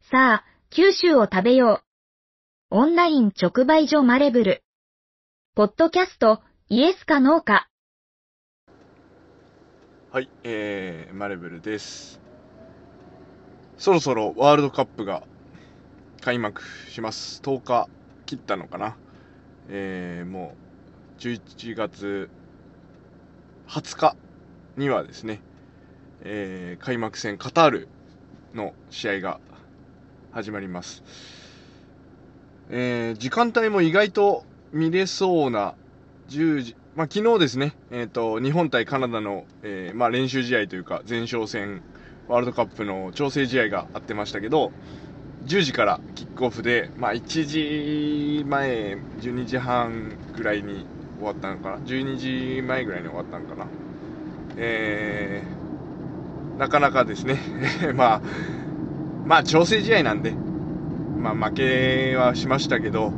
さあ、九州を食べよう。オンライン直売所マレブル。ポッドキャスト、イエスかノーか。 はい、マレブルです。そろそろワールドカップが開幕します。10日切ったのかな。もう11月20日にはですね、開幕戦カタールの試合が始まります。時間帯も意外と見れそうな10時、昨日ですね、日本対カナダの、練習試合というか前哨戦ワールドカップの調整試合があってましたけど、10時からキックオフで、1時前、12時半ぐらいに終わったのかな、12時前ぐらいに終わったのかな。なかなかですね調整試合なんで、負けはしましたけど、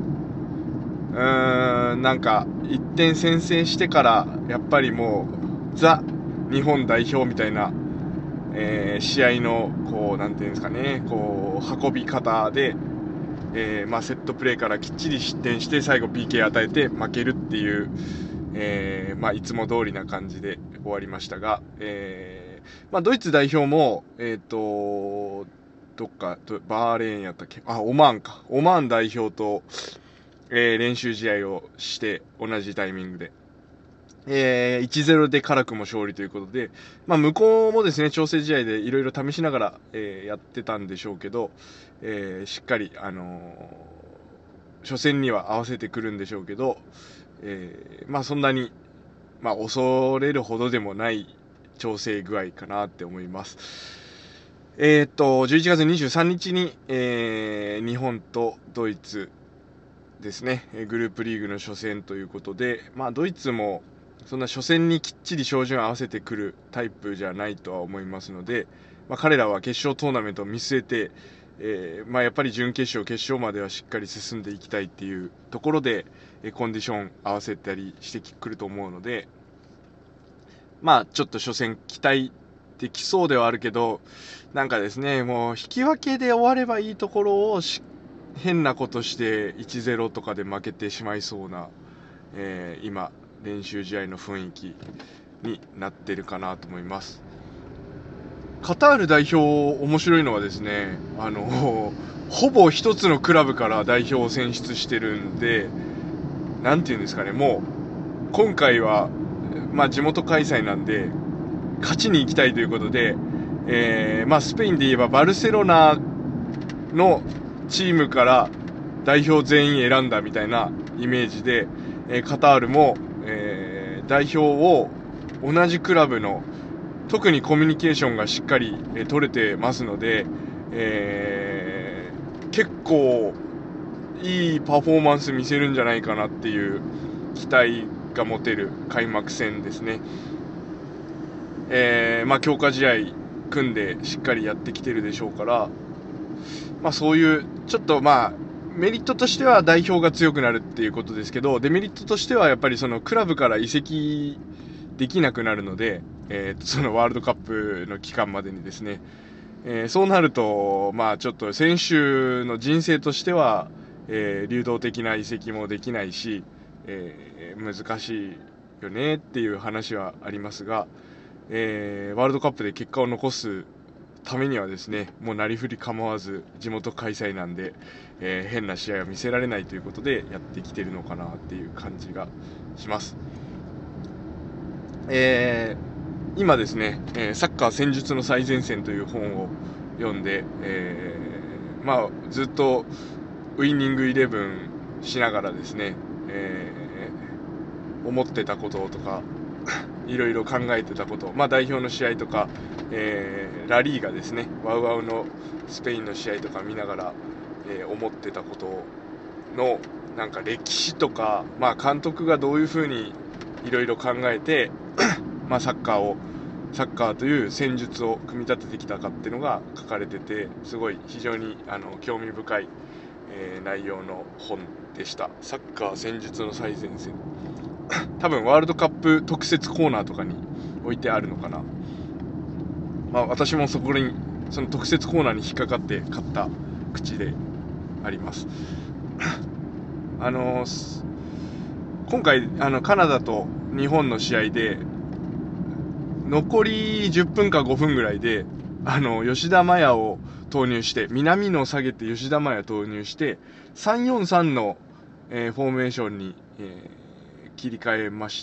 なんか1点先制してからやっぱりもうザ日本代表みたいな、試合のこうなんていうんですかね、こう運び方で、セットプレーからきっちり失点して最後 PK 与えて負けるっていう、いつも通りな感じで終わりましたが、ドイツ代表もどっかバーレーンやったっけ、オマーン代表と、練習試合をして同じタイミングで、1-0 で辛くも勝利ということで、向こうもですね調整試合でいろいろ試しながら、やってたんでしょうけど、しっかり、初戦には合わせてくるんでしょうけど、そんなに、恐れるほどでもない調整具合かなって思います。11月23日に、日本とドイツですね、グループリーグの初戦ということで、ドイツもそんな初戦にきっちり照準を合わせてくるタイプじゃないとは思いますので、彼らは決勝トーナメントを見据えて、やっぱり準決勝、決勝まではしっかり進んでいきたいっていうところで、コンディション合わせたりしてくると思うので、ちょっと初戦期待できそうではあるけど、なんかですね、もう引き分けで終わればいいところを変なことして 1-0 とかで負けてしまいそうな、今練習試合の雰囲気になってるかなと思います。カタール代表面白いのはですね、ほぼ一つのクラブから代表を選出してるんで、なんていうんですかね、もう今回は地元開催なんで勝ちに行きたいということで、スペインで言えばバルセロナのチームから代表全員選んだみたいなイメージで、カタールも、代表を同じクラブの特にコミュニケーションがしっかり、取れてますので、結構いいパフォーマンス見せるんじゃないかなっていう期待が持てる開幕戦ですね。強化試合組んでしっかりやってきてるでしょうから、そういうちょっとメリットとしては代表が強くなるっていうことですけど、デメリットとしてはやっぱりそのクラブから移籍できなくなるので、そのワールドカップの期間までにですね、そうなるとちょっと選手の人生としては、流動的な移籍もできないし、難しいよねっていう話はありますが、ワールドカップで結果を残すためにはですね、もうなりふり構わず地元開催なんで、変な試合は見せられないということでやってきてるのかなっていう感じがします。今ですね、サッカー戦術の最前線という本を読んで、ずっとウイニングイレブンしながらですね、思ってたこととかいろいろ考えてたこと、代表の試合とか、ラリーガですね、ワウワウのスペインの試合とか見ながら、思ってたことのなんか歴史とか、監督がどういうふうにいろいろ考えてサッカーという戦術を組み立ててきたかっていうのが書かれてて、すごい非常に興味深い、内容の本でした。サッカー戦術の最前線多分ワールドカップ特設コーナーとかに置いてあるのかな。私もその特設コーナーに引っかかって買った口であります。今回カナダと日本の試合で残り10分か5分ぐらいで吉田麻也を投入して、南野を下げて吉田麻也投入して、3-4-3の、フォーメーションに、切り替えまして、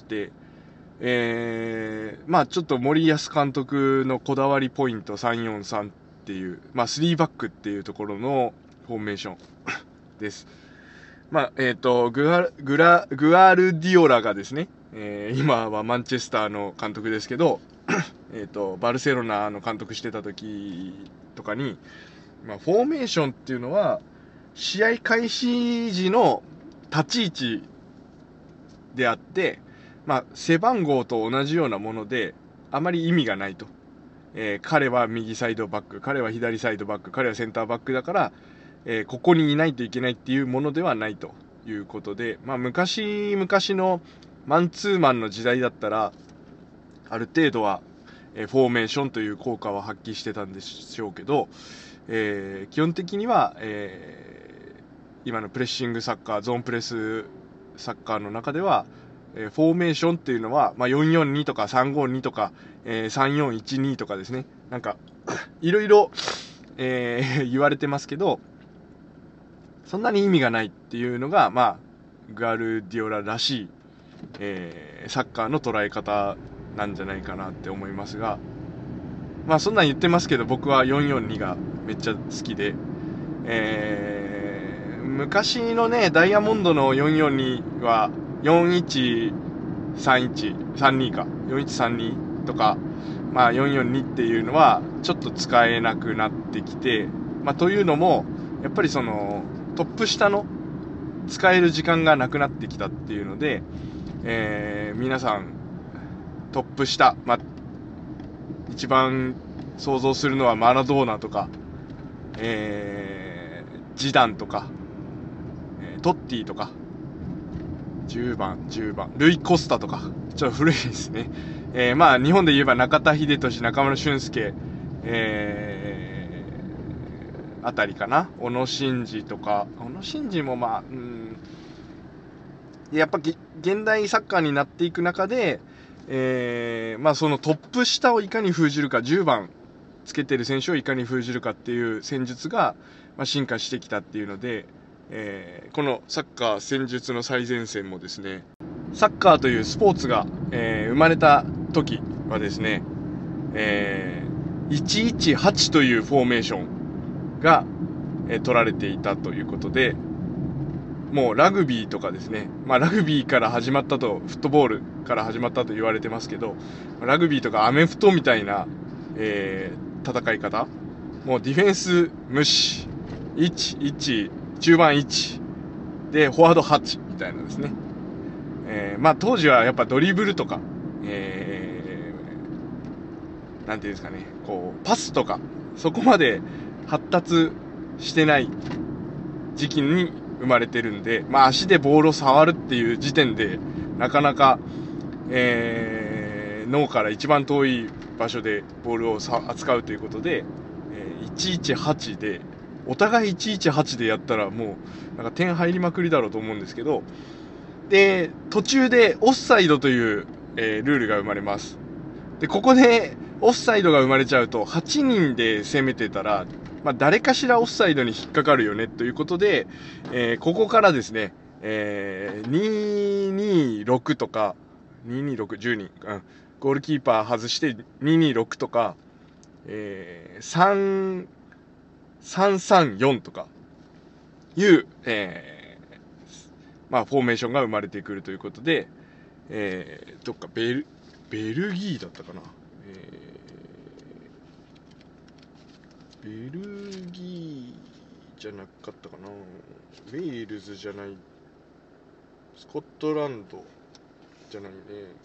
まあちょっと森保監督のこだわりポイント3-4-3っていう、まあ3バックっていうところのフォーメーションです。まあ、グアルディオラがですね、今はマンチェスターの監督ですけど、バルセロナの監督してた時とかに、まあ、フォーメーションっていうのは、試合開始時の立ち位置であって、まあ、背番号と同じようなもので、あまり意味がないと。彼は右サイドバック、彼は左サイドバック、彼はセンターバックだから、ここにいないといけないっていうものではないということで、まあ、昔々のマンツーマンの時代だったら、ある程度は、フォーメーションという効果は発揮してたんでしょうけど、基本的には、今のプレッシングサッカー、ゾーンプレスサッカーの中では、フォーメーションっていうのは、まあ、4-4-2とか3-5-2とか、3-4-1-2とかですね、なんかいろいろ、言われてますけど、そんなに意味がないっていうのが、まあ、グアルディオラらしい、サッカーの捉え方なんじゃないかなって思いますが、まあそんなん言ってますけど、僕は4-4-2がめっちゃ好きで、昔のね、ダイヤモンドの4-4-2は4-1-3-1-3-2か、4-1-3-2とか、まあ4-4-2っていうのはちょっと使えなくなってきて、まあというのも、やっぱりそのトップ下の使える時間がなくなってきたっていうので、皆さんトップ下、まあ、一番想像するのはマラドーナとか、ジダンとか、トッティとか、10番、ルイ・コスタとか、ちょっと古いですね。まあ日本で言えば中田英寿、中村俊輔、あたりかな。小野伸二とか、小野伸二もまあ、やっぱ現代サッカーになっていく中で、まあそのトップ下をいかに封じるか、10番つけてる選手をいかに封じるかっていう戦術が、まあ、進化してきたっていうので、このサッカー戦術の最前線もですね、サッカーというスポーツが、生まれた時はですね、118というフォーメーションが、取られていたということで、もうラグビーとかですね、まあラグビーから始まったと、フットボールから始まったと言われてますけど、ラグビーとかアメフトみたいな、戦い方、もうディフェンス無視、1、中盤1、で、フォワード8みたいなですね。まあ当時はやっぱドリブルとか、なんていうんですかね、こう、パスとか、そこまで発達してない時期に生まれてるんで、まあ足でボールを触るっていう時点で、なかなか、脳から一番遠い場所でボールを扱うということで、118で、お互い118でやったらもう、なんか点入りまくりだろうと思うんですけど、で、途中でオフサイドという、ルールが生まれます。で、ここでオフサイドが生まれちゃうと、8人で攻めてたら、まあ、誰かしらオフサイドに引っかかるよねということで、ここからですね、226とか、226、10人、ゴールキーパー外して226とか、334とかいう、まあ、フォーメーションが生まれてくるということで、どっかベルギーだったかな、ベルギーじゃなかったかな、ウェールズじゃない、スコットランドじゃないね、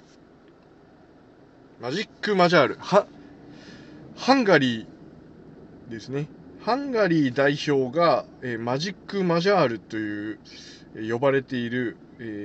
マジックマジャール、ハンガリーですね。ハンガリー代表が、マジックマジャールという、呼ばれている、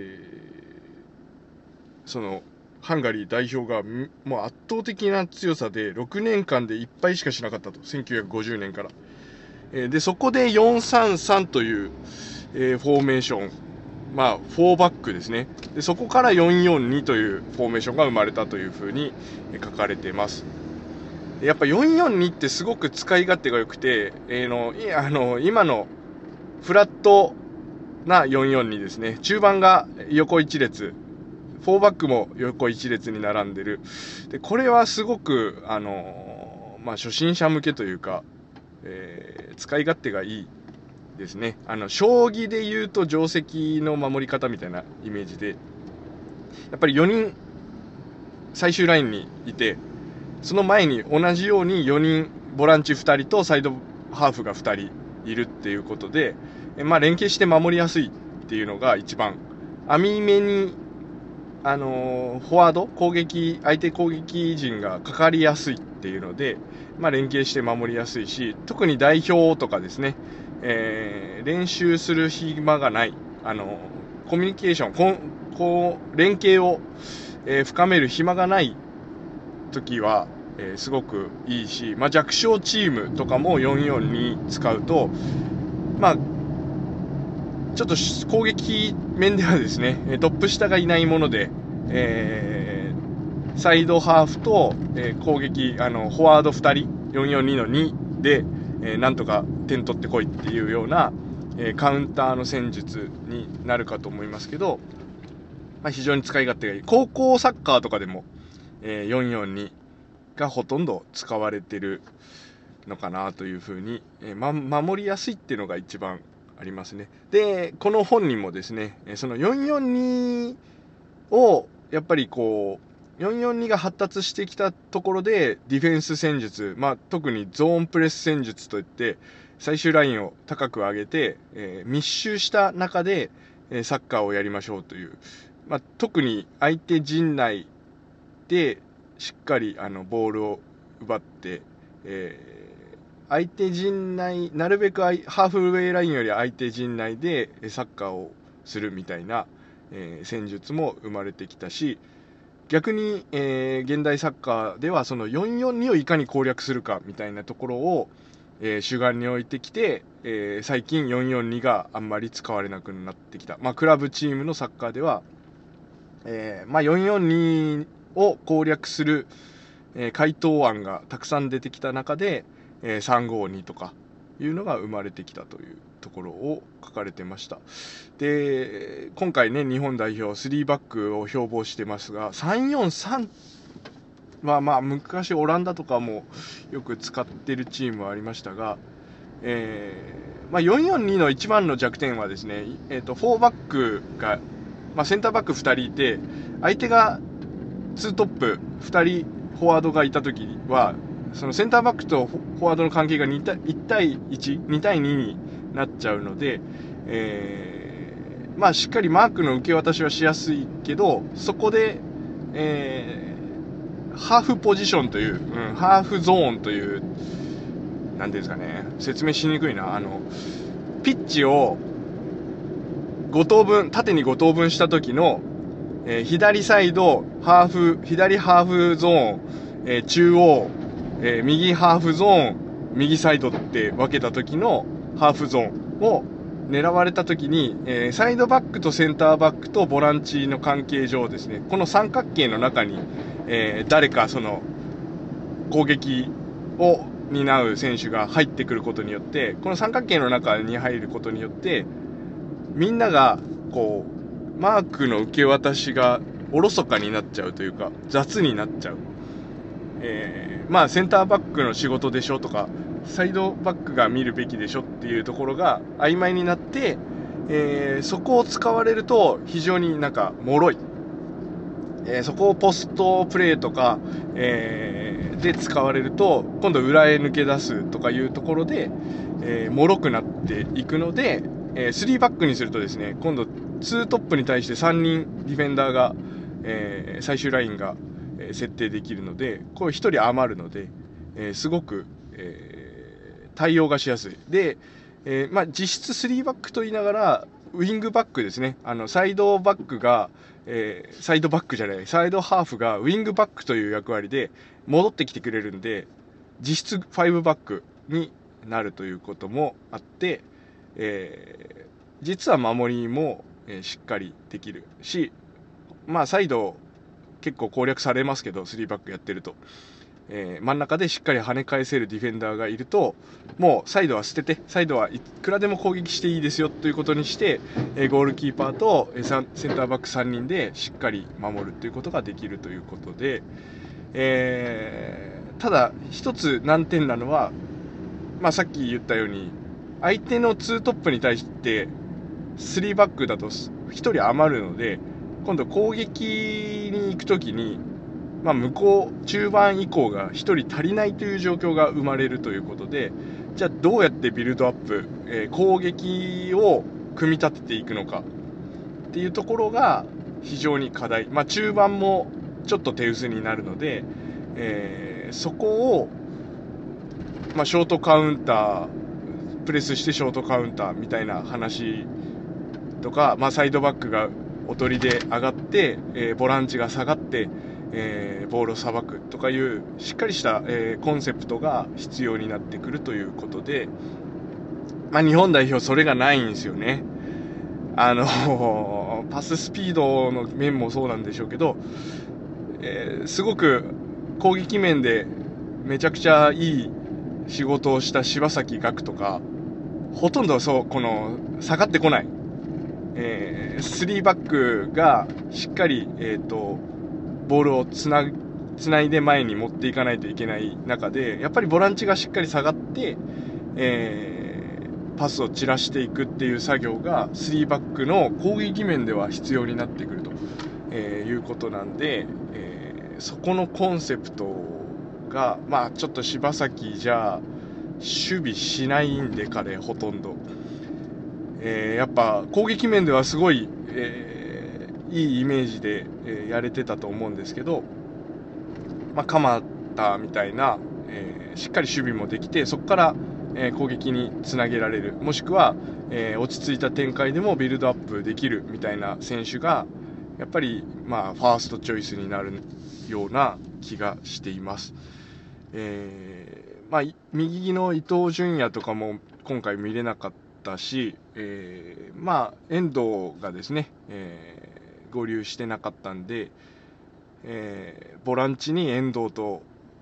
そのハンガリー代表がもう圧倒的な強さで6年間で1敗しかしなかったと、1950年から。 で、そこで4-3-3という、フォーメーション、4バックですね。で、そこから4-4-2というフォーメーションが生まれたというふうに書かれています。やっぱ4-4-2ってすごく使い勝手が良くて、今のフラットな4-4-2ですね。中盤が横一列、4バックも横一列に並んでる。で、これはすごく、初心者向けというか、使い勝手がいいですね。将棋で言うと定石の守り方みたいなイメージで、やっぱり4人最終ラインにいて、その前に同じように4人、ボランチ2人とサイドハーフが2人いるっていうことで、連携して守りやすいっていうのが一番、網目に、フォワード、相手攻撃陣がかかりやすいっていうので、連携して守りやすいし、特に代表とかですね、練習する暇がない、コミュニケーション、連携を、深める暇がない時は、すごくいいし、弱小チームとかも4-4-2使うと、ちょっと攻撃面ではですね、トップ下がいないもので、サイドハーフと、攻撃、フォワード2人、4-4-2の2で、なんとか点取ってこいっていうような、カウンターの戦術になるかと思いますけど、非常に使い勝手がいい。高校サッカーとかでも、4-4-2がほとんど使われてるのかなというふうに、守りやすいっていうのが一番ありますね。で、この本にもですね、その4-4-2をやっぱり4-4-2が発達してきたところでディフェンス戦術、特にゾーンプレス戦術といって最終ラインを高く上げて、密集した中で、サッカーをやりましょうという、特に相手陣内でしっかりボールを奪って、相手陣内、なるべくハーフウェイラインより相手陣内でサッカーをするみたいな、戦術も生まれてきたし、逆に、現代サッカーではその4-4-2をいかに攻略するかみたいなところを、主眼に置いてきて、最近4-4-2があんまり使われなくなってきた。クラブチームのサッカーでは、4-4-2を攻略する、回答案がたくさん出てきた中で、3-5-2とかいうのが生まれてきたというところを書かれてました。で、今回ね、日本代表3バックを標榜してますが、3-4-3は昔オランダとかもよく使ってるチームはありましたが、4-4-2の一番の弱点はですね、4バックが、センターバック2人いて、相手が2トップ2人フォワードがいたときは、そのセンターバックとフォワードの関係が1対1、2対2になっちゃうので、しっかりマークの受け渡しはしやすいけど、そこで、ハーフポジションという、ハーフゾーンという、なんていうんですかね、説明しにくいな、ピッチを5等分、縦に5等分した時の、左サイド、左ハーフゾーン、中央、右ハーフゾーン、右サイドって分けた時のハーフゾーンを狙われた時に、サイドバックとセンターバックとボランチの関係上ですね、この三角形の中に、誰かその攻撃を担う選手が入ってくることによって、この三角形の中に入ることによって、みんながマークの受け渡しがおろそかになっちゃうというか、雑になっちゃう。センターバックの仕事でしょとか、サイドバックが見るべきでしょっていうところが曖昧になって、そこを使われると非常に脆い。そこをポストプレーとか、で使われると、今度裏へ抜け出すとかいうところで、脆くなっていくので、3バックにするとですね、今度2トップに対して3人ディフェンダーが、最終ラインが、設定できるので、これ1人余るので、すごく、対応がしやすい。で、実質3バックと言いながら、ウィングバックですね、サイドバックが、サイドハーフがウィングバックという役割で戻ってきてくれるんで、実質5バックになるということもあって、実は守りも、しっかりできるし、サイド結構攻略されますけど、3バックやってると、真ん中でしっかり跳ね返せるディフェンダーがいると、もうサイドは捨てて、サイドはいくらでも攻撃していいですよということにして、ゴールキーパーとセンターバック3人でしっかり守るということができるということで、ただ一つ難点なのは、さっき言ったように相手の2トップに対して3バックだと1人余るので、今度攻撃に行くときに、向こう中盤以降が1人足りないという状況が生まれるということで、じゃあどうやってビルドアップ、攻撃を組み立てていくのかっていうところが非常に課題。中盤もちょっと手薄になるので、そこを、ショートカウンター、プレスしてショートカウンターみたいな話とか、サイドバックがおとりで上がって、ボランチが下がって、ボールをさばくとかいうしっかりした、コンセプトが必要になってくるということで、日本代表それがないんですよね。パススピードの面もそうなんでしょうけど、すごく攻撃面でめちゃくちゃいい仕事をした柴崎岳とか、ほとんどこの下がってこない、3バックがしっかり、ボールをつないで前に持っていかないといけない中で、やっぱりボランチがしっかり下がって、パスを散らしていくっていう作業が3バックの攻撃面では必要になってくると、いうことなんで、そこのコンセプトが、ちょっと柴崎じゃ守備しないんで、彼ほとんど、やっぱ攻撃面ではすごい、いいイメージで、やれてたと思うんですけど、鎌田みたいな、しっかり守備もできて、そこから、攻撃につなげられる、もしくは、落ち着いた展開でもビルドアップできるみたいな選手がやっぱり、ファーストチョイスになるような気がしています。右の伊東純也とかも今回見れなかったし、遠藤がですね、合流してなかったんで、ボランチに遠藤と、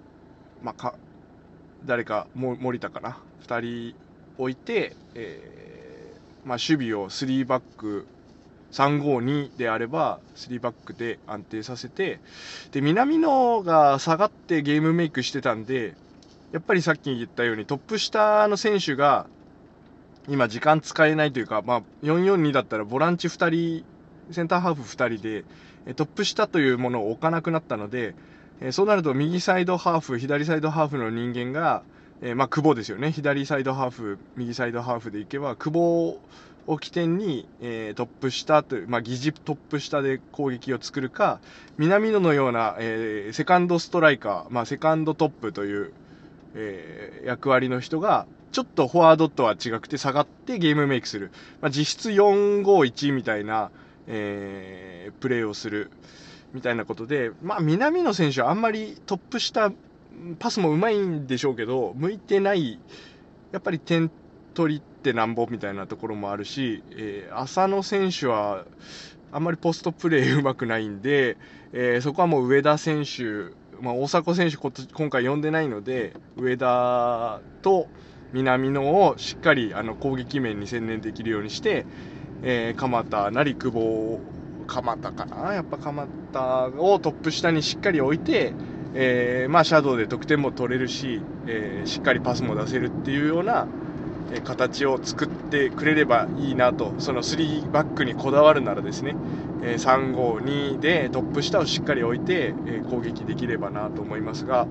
誰か森田かな、2人置いて、守備を3バック352であれば3バックで安定させて、で南野が下がってゲームメイクしてたんで、やっぱりさっき言ったようにトップ下の選手が今時間使えないというか、442だったらボランチ2人センターハーフ2人でトップ下というものを置かなくなったので、そうなると右サイドハーフ左サイドハーフの人間が、久保ですよね。左サイドハーフ右サイドハーフでいけば久保を起点に、トップ下という、疑似トップ下で攻撃を作るか、南野のような、セカンドストライカー、セカンドトップという、役割の人がちょっとフォワードとは違くて下がってゲームメイクする、実質451みたいな、プレーをするみたいなことで、南野選手はあんまりトップ下パスもうまいんでしょうけど向いてない、やっぱり点取りってなんぼみたいなところもあるし、浅野選手はあんまりポストプレーうまくないんで、そこはもう上田選手、大迫選手今回呼んでないので、上田と南野をしっかり攻撃面に専念できるようにして、鎌田なり久保、鎌田かな、やっぱ鎌田をトップ下にしっかり置いて、シャドウで得点も取れるし、しっかりパスも出せるっていうような形を作ってくれればいいなと。その3バックにこだわるならですね、352でトップ下をしっかり置いて攻撃できればなと思いますが、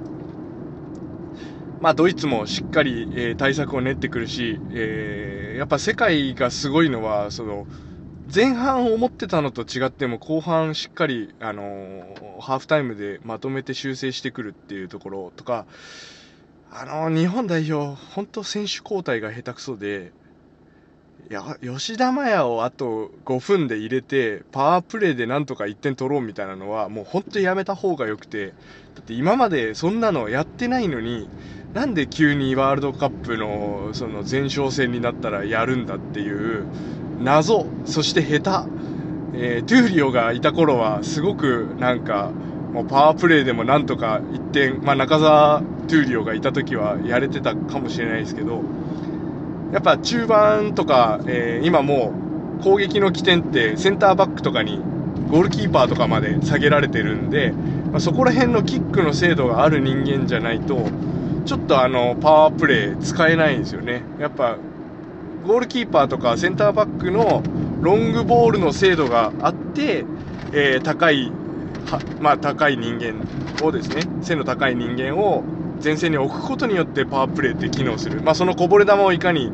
ドイツもしっかり対策を練ってくるし、やっぱ世界がすごいのは、その前半思ってたのと違っても後半しっかり、ハーフタイムでまとめて修正してくるっていうところとか、日本代表本当選手交代が下手くそで、 いや、吉田麻也をあと5分で入れて、パワープレーでなんとか1点取ろうみたいなのは、もう本当にやめた方がよくて、だって今までそんなのやってないのに、なんで急にワールドカップのその前哨戦になったらやるんだっていう謎、そして下手、トゥーリオがいた頃はすごくなんか、もうパワープレーでもなんとか1点、まあ中澤トゥーリオがいた時はやれてたかもしれないですけど、やっぱ中盤とか、今もう攻撃の起点ってセンターバックとかにゴールキーパーとかまで下げられてるんで、まあ、そこら辺のキックの精度がある人間じゃないとちょっとパワープレー使えないんですよね。やっぱゴールキーパーとかセンターバックのロングボールの精度があって、高い人間をですね、背の高い人間を前線に置くことによってパワープレーって機能する、まあ、そのこぼれ球をいかに、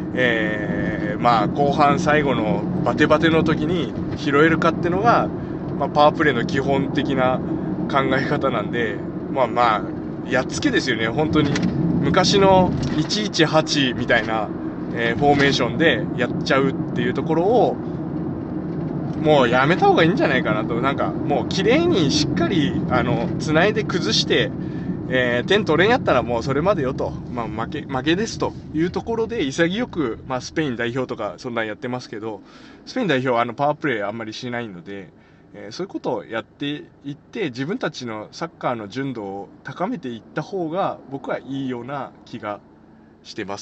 後半最後のバテバテの時に拾えるかっていうのが、まあ、パワープレーの基本的な考え方なんで、やっつけですよね。本当に昔の118みたいな、フォーメーションでやっちゃうっていうところをもうやめた方がいいんじゃないかなと。なんかもう綺麗にしっかり繋いで崩して点取れんやったらもうそれまでよと、まあ、負けですというところで潔く、まあ、スペイン代表とかそんなんやってますけど、スペイン代表はパワープレーあんまりしないので、そういうことをやっていって自分たちのサッカーの純度を高めていった方が僕はいいような気がしてます。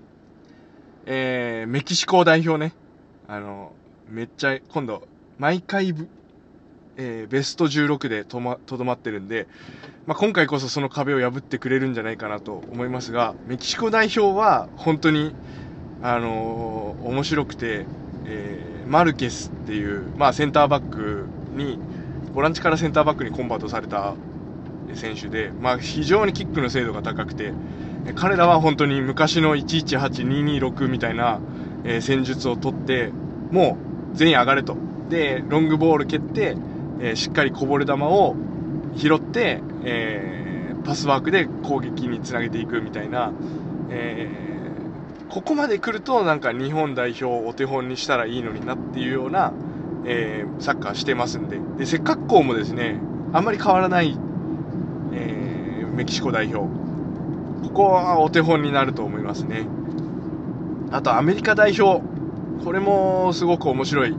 メキシコ代表ね、めっちゃ今度毎回ベスト16でとどまってるんで、まあ、今回こそその壁を破ってくれるんじゃないかなと思いますが、メキシコ代表は本当に、面白くて、マルケスっていう、まあ、センターバックにボランチからセンターバックにコンバートされた選手で、まあ、非常にキックの精度が高くて、彼らは本当に昔の118、226みたいな、戦術を取って、もう全員上がれと。で、ロングボール蹴って、しっかりこぼれ球を拾って、パスワークで攻撃につなげていくみたいな、ここまで来るとなんか日本代表をお手本にしたらいいのになっていうような、サッカーしてますんで、で背格好もですねあんまり変わらない、メキシコ代表、ここはお手本になると思いますね。あとアメリカ代表、これもすごく面白い、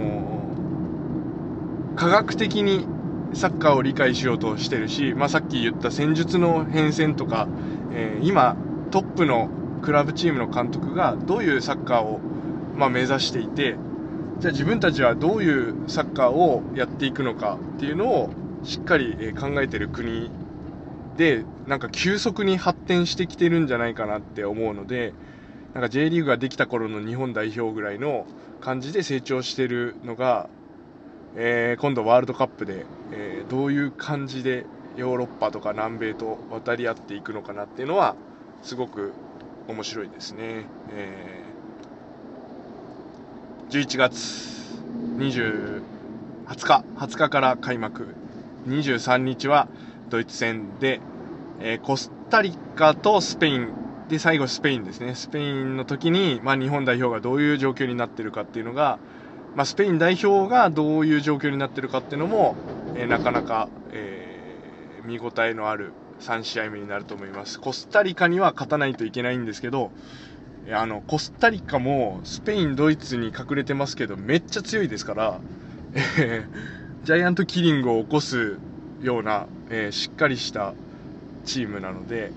科学的にサッカーを理解しようとしてるし、まあ、さっき言った戦術の変遷とか、今トップのクラブチームの監督がどういうサッカーを、目指していて、じゃあ自分たちはどういうサッカーをやっていくのかっていうのをしっかり考えてる国で、なんか急速に発展してきてるんじゃないかなって思うので、なんか J リーグができた頃の日本代表ぐらいの感じで成長してるのが、今度ワールドカップで、どういう感じでヨーロッパとか南米と渡り合っていくのかなっていうのはすごく面白いですね。11月20日から開幕、23日はドイツ戦で、コスタリカとスペインで、最後スペインですね。スペインの時に、日本代表がどういう状況になってるかっていうのが、スペイン代表がどういう状況になってるかっていうのも、なかなか、見応えのある3試合目になると思います。コスタリカには勝たないといけないんですけど、コスタリカもスペイン、ドイツに隠れてますけど、めっちゃ強いですから、ジャイアントキリングを起こすような、しっかりしたチームなので、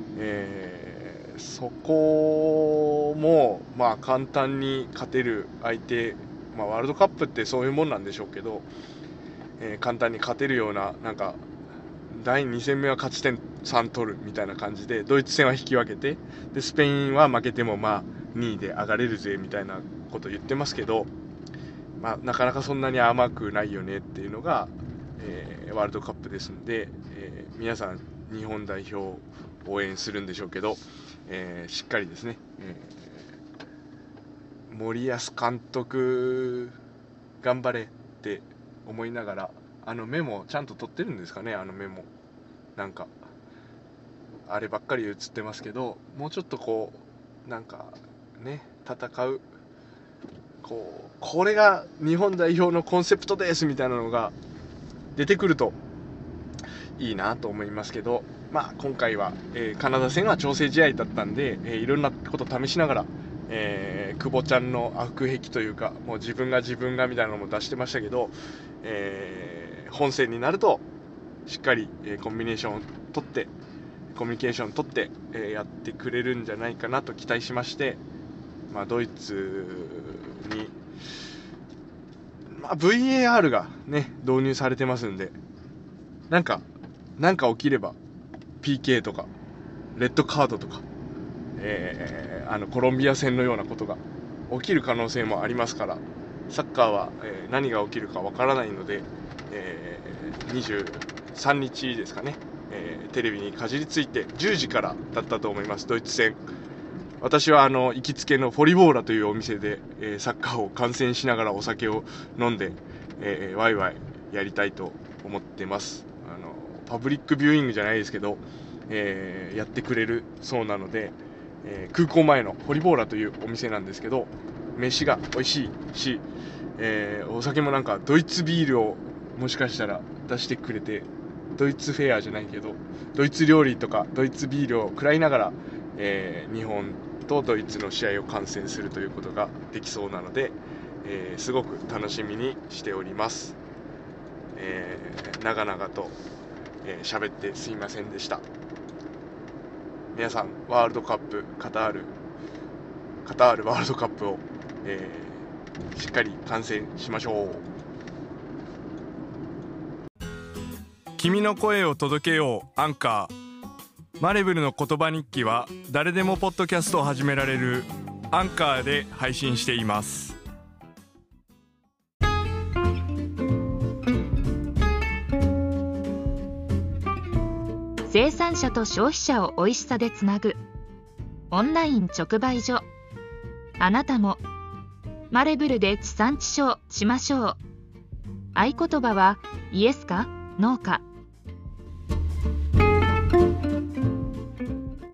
そこも、簡単に勝てる相手、ワールドカップってそういうもんなんでしょうけど、簡単に勝てるような、なんか第2戦目は勝ち点3取るみたいな感じで、ドイツ戦は引き分けて、でスペインは負けても2位で上がれるぜみたいなこと言ってますけど、なかなかそんなに甘くないよねっていうのが、ワールドカップですので、皆さん日本代表を応援するんでしょうけど、しっかりですね、森保監督頑張れって思いながら、メモちゃんと取ってるんですかね。メモなんかあればっかり映ってますけど、もうちょっとこうなんかね、戦うこれが日本代表のコンセプトですみたいなのが出てくるといいなと思いますけど、今回は、カナダ戦は調整試合だったんで、いろんなこと試しながら、久保ちゃんの悪癖というか、もう自分がみたいなのも出してましたけど、本戦になるとしっかり、コミュニケーション取って、やってくれるんじゃないかなと期待しまして、ドイツに、VAR がね導入されてますんで、なんか起きれば PK とかレッドカードとか、コロンビア戦のようなことが起きる可能性もありますから、サッカーは、何が起きるかわからないので、23日ですかね、テレビにかじりついて10時からだったと思います、ドイツ戦。私は行きつけのフォリボーラというお店で、サッカーを観戦しながらお酒を飲んで、ワイワイやりたいと思ってます。パブリックビューイングじゃないですけど、やってくれるそうなので、空港前のフォリボーラというお店なんですけど、飯が美味しいし、お酒もなんかドイツビールをもしかしたら出してくれて、ドイツフェアじゃないけどドイツ料理とかドイツビールを食らいながら、日本とドイツの試合を観戦するということができそうなので、すごく楽しみにしております。長々と喋ってすいませんでした。皆さん、ワールドカップカタールワールドカップを、しっかり観戦しましょう。 君の声を届けようアンカー。マレブルの言葉日記は誰でもポッドキャストを始められるアンカーで配信しています。 生産者と消費者を美味しさでつなぐオンライン直売所。あなたもマレブルで地産地消しましょう。合言葉はイエスかノーか。